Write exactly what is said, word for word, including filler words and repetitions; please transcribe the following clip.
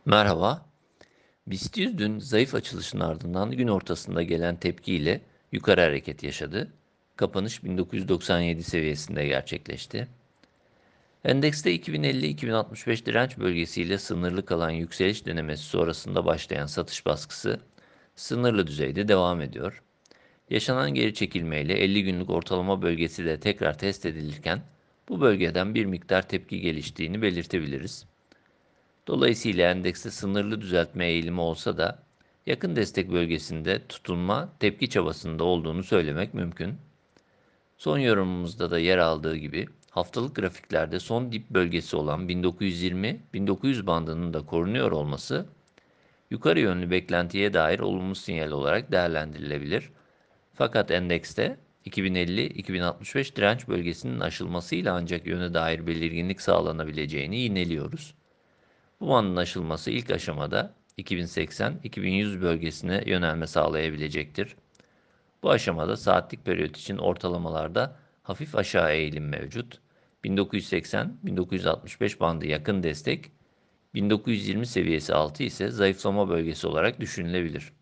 Merhaba. BIST yüz dün zayıf açılışın ardından gün ortasında gelen tepkiyle yukarı hareket yaşadı. Kapanış bin dokuz yüz doksan yedi seviyesinde gerçekleşti. Endekste iki bin elli iki bin altmış beş direnç bölgesiyle sınırlı kalan yükseliş denemesi sonrasında başlayan satış baskısı sınırlı düzeyde devam ediyor. Yaşanan geri çekilmeyle elli günlük ortalama bölgesi de tekrar test edilirken bu bölgeden bir miktar tepki geliştiğini belirtebiliriz. Dolayısıyla endekste sınırlı düzeltme eğilimi olsa da yakın destek bölgesinde tutunma tepki çabasında olduğunu söylemek mümkün. Son yorumumuzda da yer aldığı gibi haftalık grafiklerde son dip bölgesi olan bin dokuz yüz yirmi bin dokuz yüz bandının da korunuyor olması yukarı yönlü beklentiye dair olumlu sinyal olarak değerlendirilebilir. Fakat endekste iki bin elli iki bin altmış beş direnç bölgesinin aşılmasıyla ancak yöne dair belirginlik sağlanabileceğini yineliyoruz. Bu bandın aşılması ilk aşamada iki bin seksen iki bin yüz bölgesine yönelme sağlayabilecektir. Bu aşamada saatlik periyot için ortalamalarda hafif aşağı eğilim mevcut. bin dokuz yüz seksen bin dokuz yüz altmış beş bandı yakın destek, bin dokuz yüz yirmi seviyesi altı ise zayıflama bölgesi olarak düşünülebilir.